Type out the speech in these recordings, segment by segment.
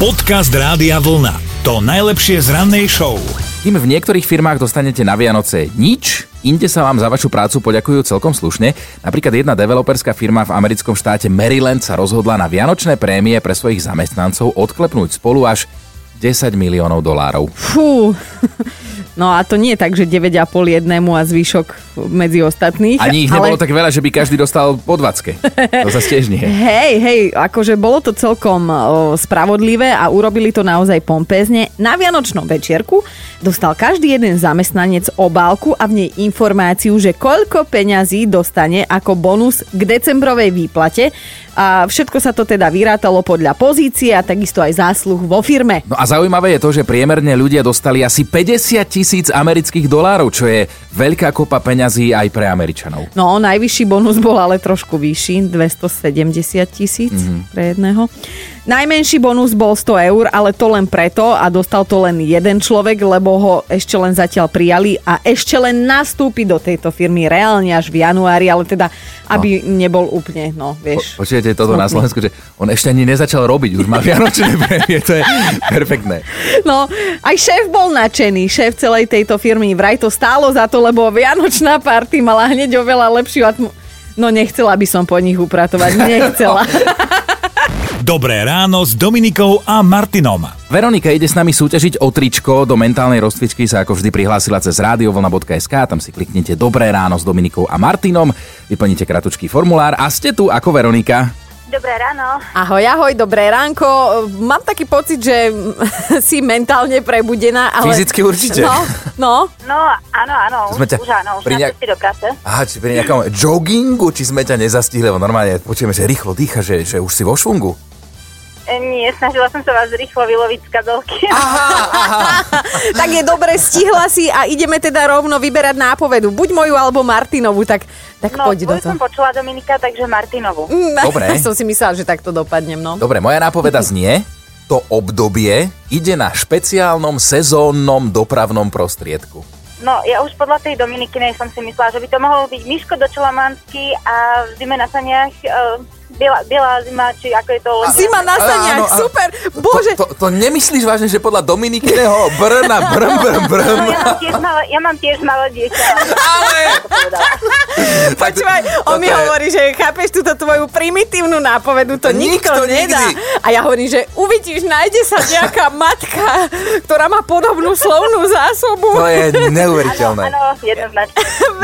Podcast Rádia Vlna. To najlepšie z rannej show. Kým v niektorých firmách dostanete na Vianoce nič, inde sa vám za vašu prácu poďakujú celkom slušne. Napríklad jedna developerská firma v americkom štáte Maryland sa rozhodla na vianočné prémie pre svojich zamestnancov odklepnúť spolu až $10 miliónov. Fú, no a to nie je tak, že 9,5 jednému a zvyšok medzi ostatných. Ani ich nebolo tak veľa, že by každý dostal po 20. To sa tiež nie. Hej, akože bolo to celkom spravodlivé a urobili to naozaj pompézne. Na vianočnom večierku dostal každý jeden zamestnanec obálku a v nej informáciu, že koľko peňazí dostane ako bonus k decembrovej výplate. A všetko sa to teda vyrátalo podľa pozície a takisto aj zásluh vo firme. No a zaujímavé je to, že priemerne ľudia dostali asi $50,000 amerických dolárov, čo je veľká kopa peňazí aj pre Američanov. No, najvyšší bonus bol ale trošku vyšší, $270,000 pre jedného. Najmenší bonus bol 100 eur, ale to len preto a dostal to len jeden človek, lebo ho ešte len zatiaľ prijali a ešte len nastúpi do tejto firmy reálne až v januári, ale teda, aby nebol úplne, vieš. Počujete toto na Slovensku, že on ešte ani nezačal robiť, už má vianočné prémie, to je perfektné. No, aj šéf bol nadšený, šéf celej tejto firmy, vraj to stálo za to, lebo vianočná party mala hneď oveľa lepšiu No, nechcela by som po nich upratovať, nechcela. Dobré ráno s Dominikou a Martinom. Veronika ide s nami súťažiť o tričko. Do mentálnej rozcvičky sa ako vždy prihlásila cez radiovlna.sk. Tam si kliknite Dobré ráno s Dominikou a Martinom. Vyplníte kratučký formulár a ste tu ako Veronika. Dobré ráno. Ahoj, dobré ránko. Mám taký pocit, že si mentálne prebudená, ale... Fyzicky určite. No, áno. Už na ceste do práce. Aha, či pri nejakom joggingu, či sme ťa nezastihli, lebo normálne počujeme, že rýchlo dýcha, že už si vo švungu. Nie, snažila som sa vás rýchlo vyloviť z kabelky. Aha. Tak je dobre, stihla si a ideme teda rovno vyberať nápovedu. Buď moju, alebo Martinovu, tak poď do toho. Som počula Dominika, takže Martinovu. Dobre. Som si myslela, že takto dopadnem, Dobre, moja nápoveda znie, to obdobie ide na špeciálnom sezónnom dopravnom prostriedku. No, ja už podľa tej Dominikinej som si myslela, že by to mohol byť Miško do Čelamanský a v zime na saniach... Biela zima, či ako je to... Zima na saniach, super! Bože! To nemyslíš vážne, že podľa Dominikiného brna, brm. No, ja mám tiež malé dieťa. Ale... Počúvaj, on mi hovorí, že chápeš túto tvoju primitívnu nápovedu, to nikto nedá. A ja hovorím, že uvidíš, nájde sa nejaká matka, ktorá má podobnú slovnú zásobu. To je neuveriteľné. Áno, jednoznačne.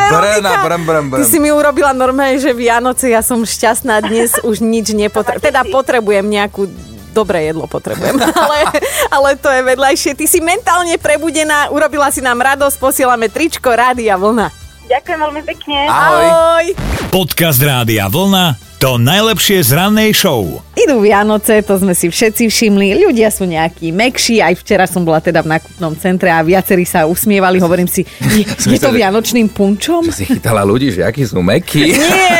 Brna. Ty si mi urobila normálne, že Vianoce, ja som šťastná dnes, už nič nepotrebujem. Teda potrebujem nejakú... Dobré jedlo potrebujem, ale to je vedľajšie. Ty si mentálne prebudená, urobila si nám radosť, posielame tričko Rádia Vlna. Ďakujem veľmi pekne. Ahoj. Podcast Rádia Vlna. To najlepšie z rannej show. Idú Vianoce, to sme si všetci všimli. Ľudia sú nejakí mäkší. Aj včera som bola teda v nákupnom centre a viacerí sa usmievali. Hovorím si, je to vianočným punčom? Že si chytala ľudí, že akí sú mäkkí.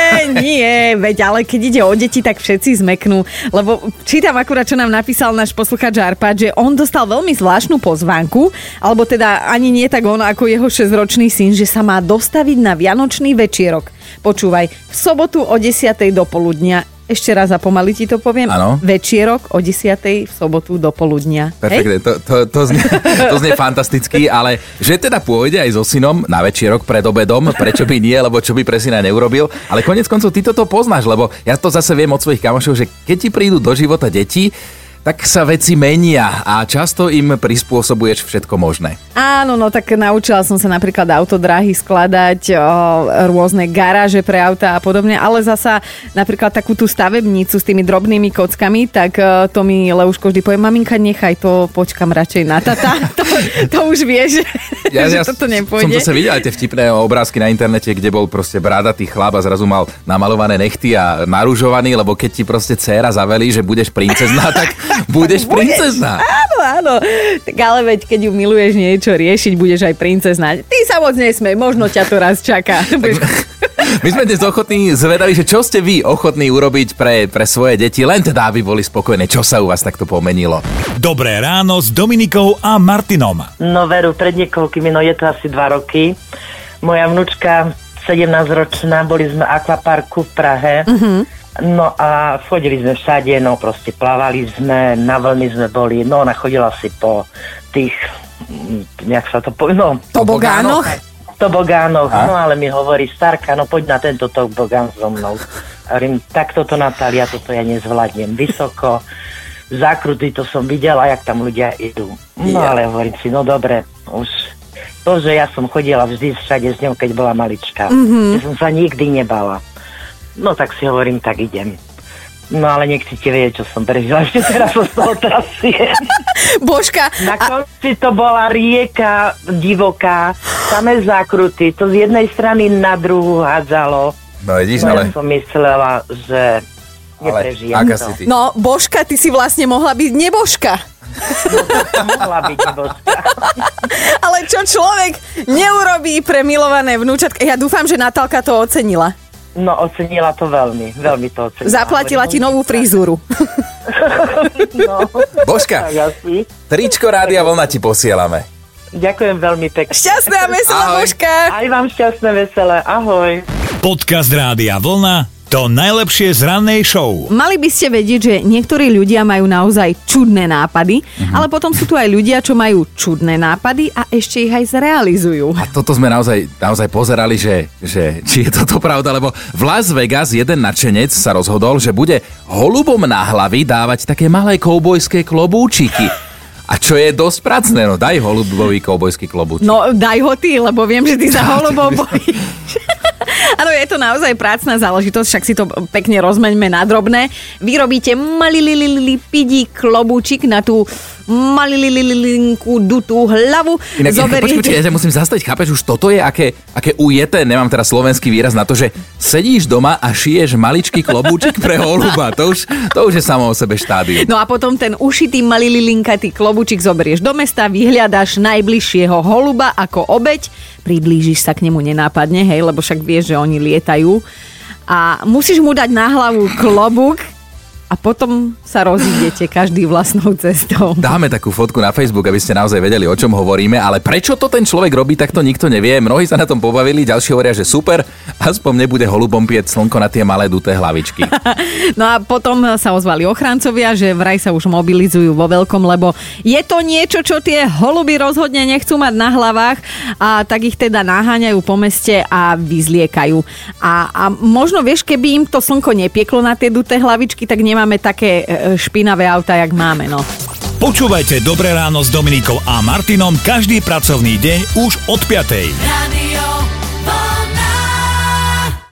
Nie, veď ale keď ide o deti, tak všetci zmeknú. Lebo čítam akurát, čo nám napísal náš poslucháč Arpad, že on dostal veľmi zvláštnu pozvánku, alebo teda ani nie tak on, ako jeho 6-ročný syn, že sa má dostaviť na vianočný večierok. Počúvaj, v sobotu o 10:00 do poludnia. Ešte raz a pomaly ti to poviem. Áno. Večierok o 10:00 v sobotu do poludnia. Perfektne, to znie fantasticky, ale že teda pôjde aj so synom na večierok pred obedom, prečo by nie, lebo čo by pre syna neurobil. Ale konec koncov ty toto poznáš, lebo ja to zase viem od svojich kamošov, že keď ti prídu do života deti, tak sa veci menia a často im prispôsobuješ všetko možné. Áno, tak naučila som sa napríklad autodráhy skladať, rôzne garáže pre auta a podobne, ale zasa napríklad takú tú stavebnicu s tými drobnými kockami, tak to mi Leuško vždy povie, maminka, nechaj to, počkam radšej na tata. To už vieš, že toto nepôjde. Som zase videl aj tie vtipné obrázky na internete, kde bol proste brádatý chlap a zrazu mal namalované nechty a naružovaný, lebo keď ti proste dcéra zavelí, že budeš princezná, tak budeš princezná. Áno. Tak ale veď, keď ju miluješ niečo riešiť, budeš aj princezná. Ty sa moc nesmej, možno ťa to raz čaká. My sme dnes ochotní zvedaví, že čo ste vy ochotní urobiť pre svoje deti, len teda, aby boli spokojné. Čo sa u vás takto pomenilo? Dobré ráno s Dominikou a Martinom. No veru, pred niekoľkými, je to asi 2 roky. Moja vnúčka 17-ročná, boli sme v akvaparku v Prahe. No a chodili sme všade, no proste plávali sme, na vlny sme boli, no ona chodila si po tých, jak sa to povie, no... Tobogánoch? Tobogánoch, no ale mi hovorí, starka, no poď na tento tobogán so mnou. A hovorím, tak toto Natália, toto ja nezvládnem, vysoko, zákruty to som videla, jak tam ľudia idú. No ale hovorím si, no dobre, už to, že ja som chodila vždy všade s ňou, keď bola malička, že som sa nikdy nebala. No tak si hovorím, tak idem. No ale nechcete vedieť, čo som prežila. Ešte teraz som z toho trasiem. Božka. Na konci to bola rieka divoká, samé zákruty. To z jednej strany na druhú hádzalo. No vidíš, no, ale... Ja som myslela, že neprežijem aká to. si ty? No, Božka, ty si vlastne mohla byť nebožka. Mohla byť nebožka. Ale čo človek neurobí pre milované vnúčatka? Ja dúfam, že Natálka to ocenila. No, ocenila to veľmi, veľmi to ocenila. Zaplatila ti novú frizúru. No. Božka, tričko Rádia Vlna ti posielame. Ďakujem veľmi pekne. Šťastné a veselé, Božka. Aj vám šťastné, veselé. Ahoj. Podcast Rádia Vlna, to najlepšie z rannej show. Mali by ste vedieť, že niektorí ľudia majú naozaj čudné nápady, ale potom sú tu aj ľudia, čo majú čudné nápady a ešte ich aj zrealizujú. A toto sme naozaj pozerali, že či je toto pravda, lebo v Las Vegas jeden nadšenec sa rozhodol, že bude holubom na hlavy dávať také malé koubojské klobúčiky. A čo je dosť pracné, no daj holubový koubojský klobúčik. No daj ho ty, lebo viem, že ty sa holubov bojíš. Áno, je to naozaj prácna záležitosť, však si to pekne rozmeňme na drobné. Vyrobíte malý klobúčik na tú malilinku dutú hlavu. Inak, počkaj, ja ťa musím zastaviť, chápeš, už toto je aké ujeté, nemám teraz slovenský výraz na to, že sedíš doma a šiješ maličký klobúčik pre holuba. To už je samo o sebe štádium. No a potom ten ušitý malilinkatý klobúčik zoberieš do mesta, vyhľadáš najbližšieho holuba ako obeť, priblížiš sa k nemu nenápadne, hej, lebo však vieš, že oni lietajú a musíš mu dať na hlavu klobúk a potom sa rozídete každý vlastnou cestou. Dáme takú fotku na Facebook, aby ste naozaj vedeli, o čom hovoríme, ale prečo to ten človek robí, tak to nikto nevie. Mnohí sa na tom pobavili, ďalší hovoria, že super, aspoň nebude holubom pieť slnko na tie malé duté hlavičky. No a potom sa ozvali ochrancovia, že vraj sa už mobilizujú vo veľkom, lebo je to niečo, čo tie holuby rozhodne nechcú mať na hlavách a tak ich teda naháňajú po meste a vyzliekajú. A možno vieš, keby im to slnko nepieklo na tie duté hlavičky, tak nemáme také špinavé auta, jak máme, no. Počúvajte Dobré ráno s Dominikou a Martinom každý pracovný deň už od 5:00.